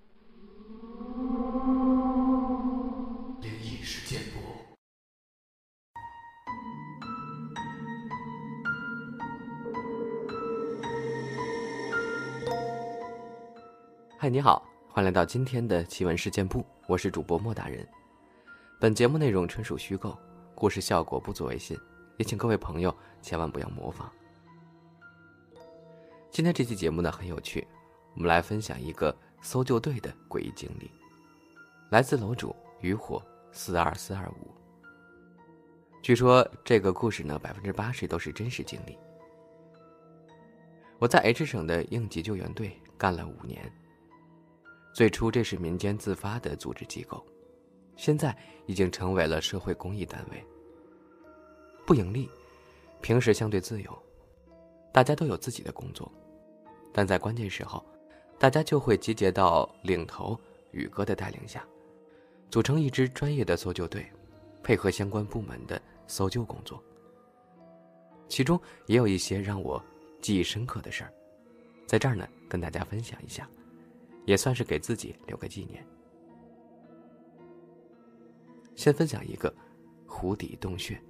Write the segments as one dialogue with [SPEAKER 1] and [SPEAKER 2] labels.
[SPEAKER 1] 灵异事件簿。
[SPEAKER 2] 嗨，你好，欢迎来到今天的奇闻事件部，我是主播莫大人。本节目内容纯属虚构，故事效果不足为信，也请各位朋友千万不要模仿。今天这期节目呢很有趣，我们来分享一个搜救队的诡异经历，来自楼主渔火42425。据说这个故事呢80%都是真实经历。我在 H 省的应急救援队干了5年。最初这是民间自发的组织机构，现在已经成为了社会公益单位，不盈利，平时相对自由，大家都有自己的工作，但在关键时候，大家就会集结到领头宇哥的带领下，组成一支专业的搜救队，配合相关部门的搜救工作。其中也有一些让我记忆深刻的事儿，在这儿呢跟大家分享一下，也算是给自己留个纪念。先分享一个湖底洞穴。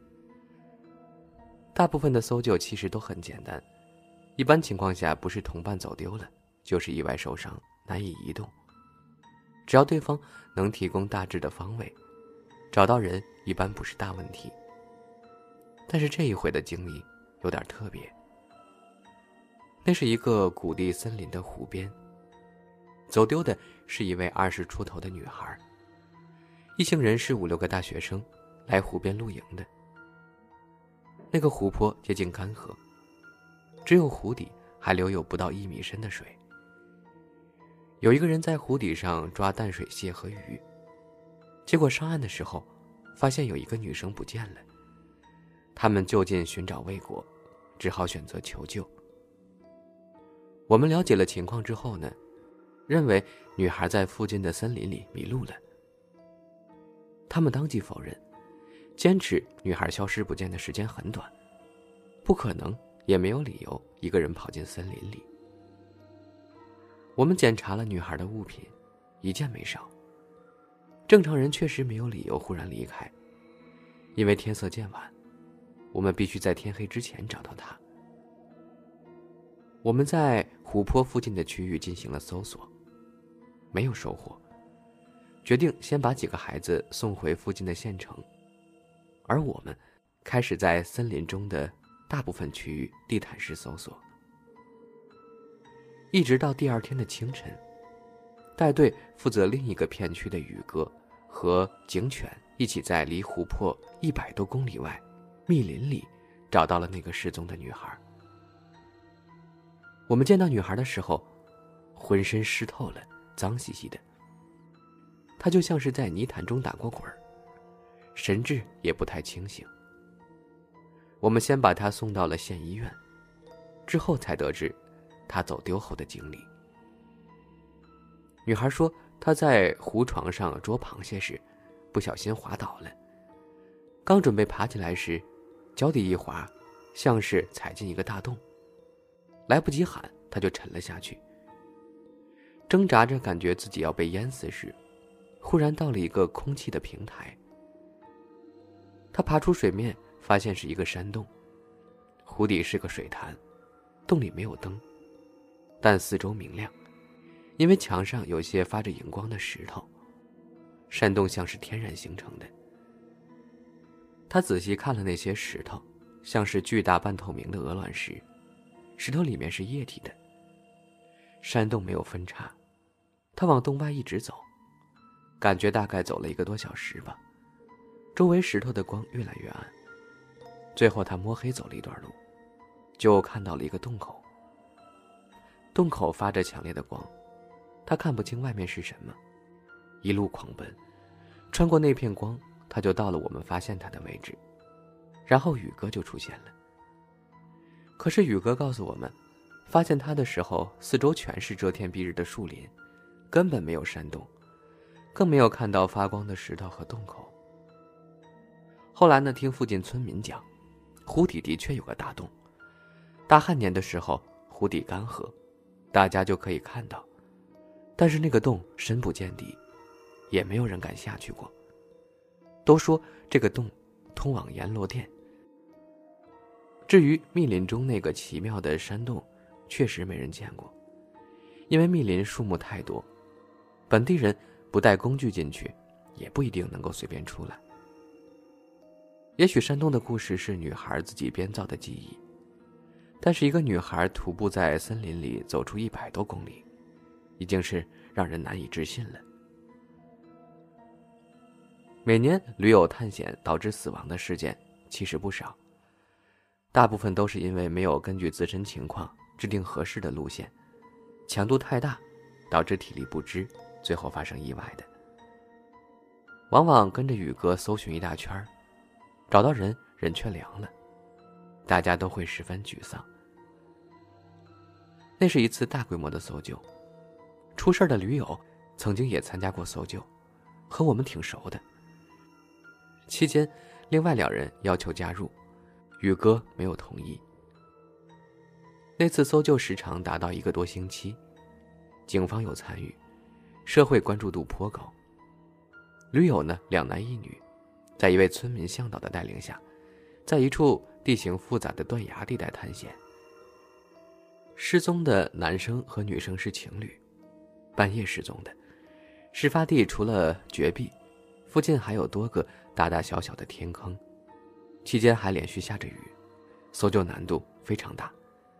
[SPEAKER 2] 大部分的搜救其实都很简单，一般情况下不是同伴走丢了，就是意外受伤难以移动，只要对方能提供大致的方位，找到人一般不是大问题。但是这一回的经历有点特别，那是一个谷地森林的湖边，走丢的是一位20出头的女孩，一行人是5、6个大学生来湖边露营的。那个湖泊接近干涸，只有湖底还留有不到1米深的水。有一个人在湖底上抓淡水蟹和鱼，结果上岸的时候发现有一个女生不见了，他们就近寻找未果，只好选择求救。我们了解了情况之后呢，认为女孩在附近的森林里迷路了。他们当即否认，坚持女孩消失不见的时间很短，不可能也没有理由一个人跑进森林里。我们检查了女孩的物品，一件没少。正常人确实没有理由忽然离开，因为天色渐晚，我们必须在天黑之前找到她。我们在湖泊附近的区域进行了搜索，没有收获，决定先把几个孩子送回附近的县城，而我们开始在森林中的大部分区域地毯式搜索。一直到第2天的清晨，带队负责另一个片区的宇哥和警犬一起在离湖泊100多公里外密林里找到了那个失踪的女孩。我们见到女孩的时候，浑身湿透了，脏兮兮的，她就像是在泥潭中打过滚，神志也不太清醒。我们先把她送到了县医院，之后才得知她走丢后的经历。女孩说，她在湖床上捉螃蟹时不小心滑倒了，刚准备爬起来时，脚底一滑，像是踩进一个大洞，来不及喊，她就沉了下去。挣扎着感觉自己要被淹死时，忽然到了一个空气的平台。她爬出水面，发现是一个山洞，湖底是个水潭，洞里没有灯，但四周明亮，因为墙上有些发着荧光的石头，山洞像是天然形成的。她仔细看了那些石头，像是巨大半透明的鹅卵石，石头里面是液体的。山洞没有分叉，他往洞外一直走，感觉大概走了1个多小时吧，周围石头的光越来越暗，最后他摸黑走了一段路，就看到了一个洞口。洞口发着强烈的光，他看不清外面是什么，一路狂奔，穿过那片光，他就到了我们发现他的位置，然后宇哥就出现了。可是宇哥告诉我们，发现他的时候，四周全是遮天蔽日的树林，根本没有山洞，更没有看到发光的石头和洞口。后来呢，听附近村民讲，湖底的确有个大洞，大旱年的时候湖底干涸，大家就可以看到但是那个洞深不见底，也没有人敢下去过。都说这个洞通往阎罗殿。至于密林中那个奇妙的山洞，确实没人见过，因为密林树木太多，本地人不带工具进去，也不一定能够随便出来。也许山洞的故事是女孩自己编造的记忆，但是一个女孩徒步在森林里走出100多公里，已经是让人难以置信了。每年驴友探险导致死亡的事件其实不少，大部分都是因为没有根据自身情况制定合适的路线，强度太大，导致体力不支，最后发生意外的。往往跟着宇哥搜寻一大圈，找到人却凉了，大家都会十分沮丧。那是一次大规模的搜救，出事的驴友曾经也参加过搜救，和我们挺熟的。期间另外2人要求加入，宇哥没有同意。那次搜救时长达到1个多星期，警方有参与，社会关注度颇高。驴友呢，2男1女，在一位村民向导的带领下，在一处地形复杂的断崖地带探险。失踪的男生和女生是情侣，半夜失踪的。事发地除了绝壁，附近还有多个大大小小的天坑，期间还连续下着雨，搜救难度非常大。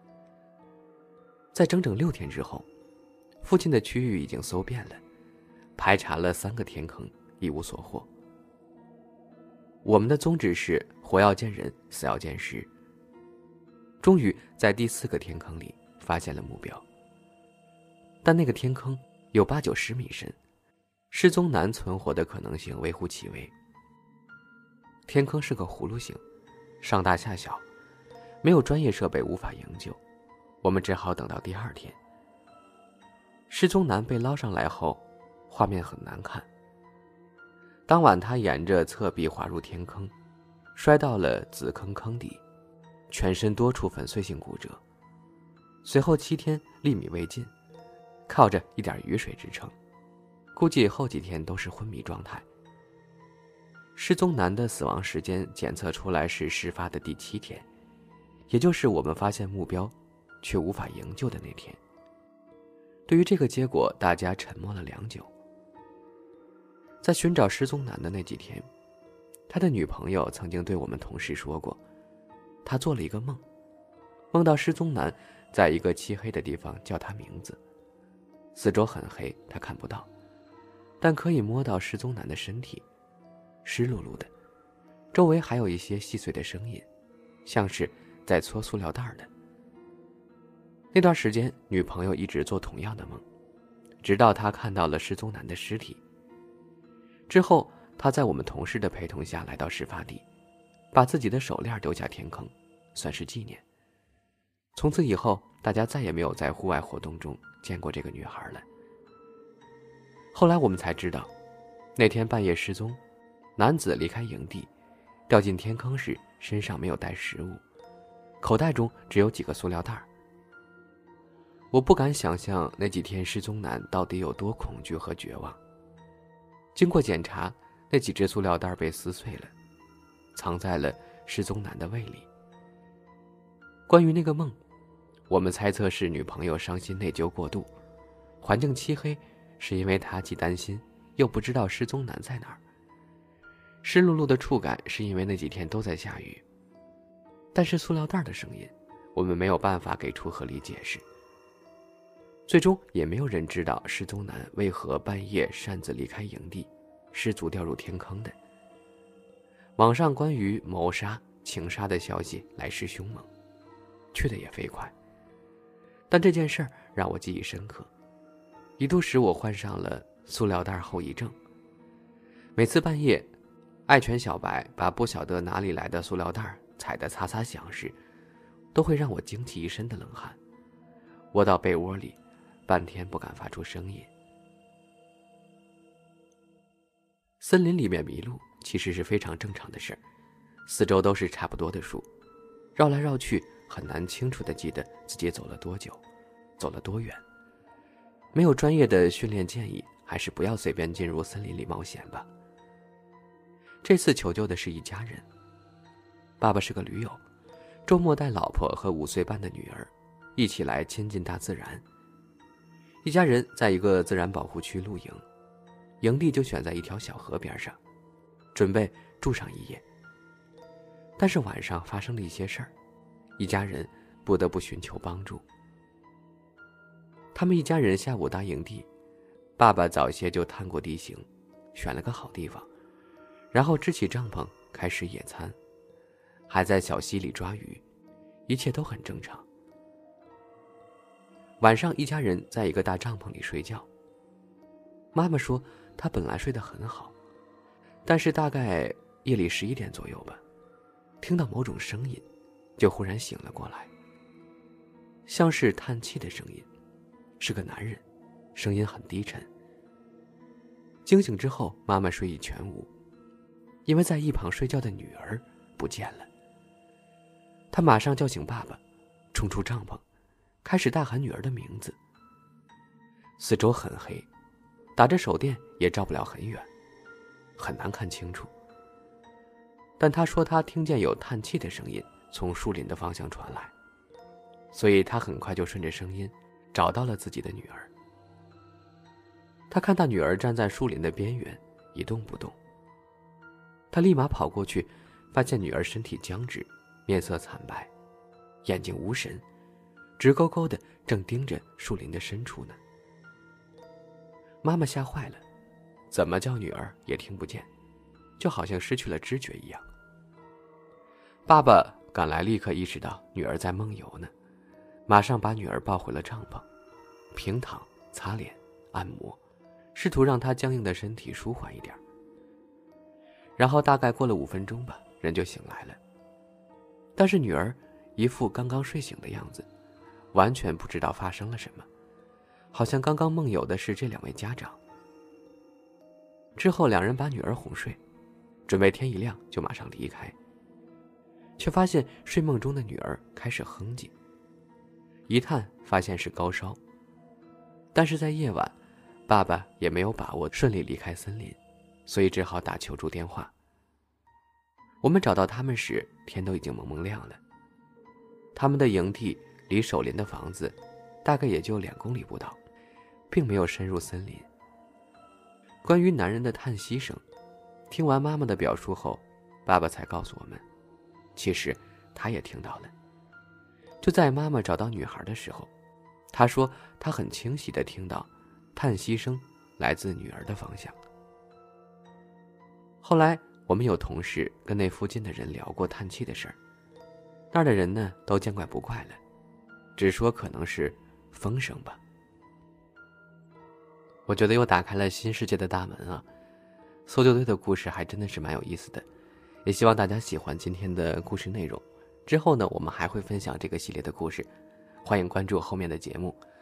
[SPEAKER 2] 在整整6天之后，附近的区域已经搜遍了，排查了3个天坑，一无所获。我们的宗旨是活要见人，死要见尸。终于在第4个天坑里发现了目标，但那个天坑有8、90米深，失踪男存活的可能性微乎其微。天坑是个葫芦形，上大下小，没有专业设备无法营救，我们只好等到第2天。失踪男被捞上来后，画面很难看。当晚他沿着侧壁滑入天坑，摔到了子坑坑底，全身多处粉碎性骨折。随后7天粒米未进，靠着一点雨水支撑，估计后几天都是昏迷状态。失踪男的死亡时间检测出来是事发的第7天，也就是我们发现目标却无法营救的那天。对于这个结果，大家沉默了良久。在寻找失踪男的那几天，他的女朋友曾经对我们同事说过，他做了一个梦，梦到失踪男在一个漆黑的地方叫他名字，四周很黑，他看不到，但可以摸到失踪男的身体，湿漉漉的，周围还有一些细碎的声音，像是在搓塑料袋的。那段时间，女朋友一直做同样的梦，直到她看到了失踪男的尸体。之后，她在我们同事的陪同下来到事发地，把自己的手链丢下天坑，算是纪念。从此以后，大家再也没有在户外活动中见过这个女孩了。后来我们才知道，那天半夜失踪，男子离开营地，掉进天坑时身上没有带食物，口袋中只有几个塑料袋。我不敢想象那几天失踪男到底有多恐惧和绝望。经过检查，那几只塑料袋被撕碎了，藏在了失踪男的胃里。关于那个梦，我们猜测是女朋友伤心内疚过度，环境漆黑，是因为她既担心又不知道失踪男在哪儿。湿漉漉的触感是因为那几天都在下雨，但是塑料袋的声音，我们没有办法给出合理解释。最终也没有人知道失踪男为何半夜擅自离开营地，失足掉入天坑的。网上关于谋杀、情杀的消息来势凶猛，去的也飞快。但这件事让我记忆深刻，一度使我患上了塑料袋后遗症。每次半夜，爱犬小白把不晓得哪里来的塑料袋踩得擦擦响时，都会让我惊起一身的冷汗，窝到被窝里半天不敢发出声音。森林里面迷路其实是非常正常的事儿，四周都是差不多的树，绕来绕去很难清楚地记得自己走了多久，走了多远。 没有专业的训练建议，还是不要随便进入森林里冒险吧。这次求救的是一家人，爸爸是个驴友，周末带老婆和5岁半的女儿一起来亲近大自然。一家人在一个自然保护区露营，营地就选在一条小河边上，准备住上一夜。但是晚上发生了一些事儿，一家人不得不寻求帮助。他们一家人下午到营地，爸爸早些就探过地形，选了个好地方，然后支起帐篷开始野餐，还在小溪里抓鱼，一切都很正常。晚上一家人在一个大帐篷里睡觉。妈妈说她本来睡得很好，但是大概夜里11点左右吧，听到某种声音，就忽然醒了过来，像是叹气的声音，是个男人，声音很低沉。惊醒之后，妈妈睡意全无，因为在一旁睡觉的女儿不见了。她马上叫醒爸爸，冲出帐篷，开始大喊女儿的名字。四周很黑，打着手电也照不了很远，很难看清楚。但他说他听见有叹气的声音从树林的方向传来，所以他很快就顺着声音找到了自己的女儿。他看到女儿站在树林的边缘一动不动，他立马跑过去，发现女儿身体僵直，面色惨白，眼睛无神，直勾勾的正盯着树林的深处呢。妈妈吓坏了，怎么叫女儿也听不见，就好像失去了知觉一样。爸爸赶来，立刻意识到女儿在梦游呢，马上把女儿抱回了帐篷，平躺、擦脸、按摩，试图让她僵硬的身体舒缓一点。然后大概过了5分钟吧，人就醒来了。但是女儿一副刚刚睡醒的样子，完全不知道发生了什么，好像刚刚梦游的是这2位家长。之后2人把女儿哄睡，准备天一亮就马上离开，却发现睡梦中的女儿开始哼唧，一探发现是高烧。但是在夜晚，爸爸也没有把握顺利离开森林，所以只好打求助电话。我们找到他们时，天都已经蒙蒙亮了。他们的营地离守林的房子大概也就2公里不到，并没有深入森林。关于男人的叹息声，听完妈妈的表述后，爸爸才告诉我们，其实他也听到了。就在妈妈找到女孩的时候，他说他很清晰地听到叹息声来自女儿的方向。后来我们有同事跟那附近的人聊过叹气的事儿，那儿的人呢都见怪不怪了，只说可能是风声吧。我觉得又打开了新世界的大门啊！搜救队的故事还真的是蛮有意思的，也希望大家喜欢今天的故事内容。之后呢，我们还会分享这个系列的故事，欢迎关注后面的节目。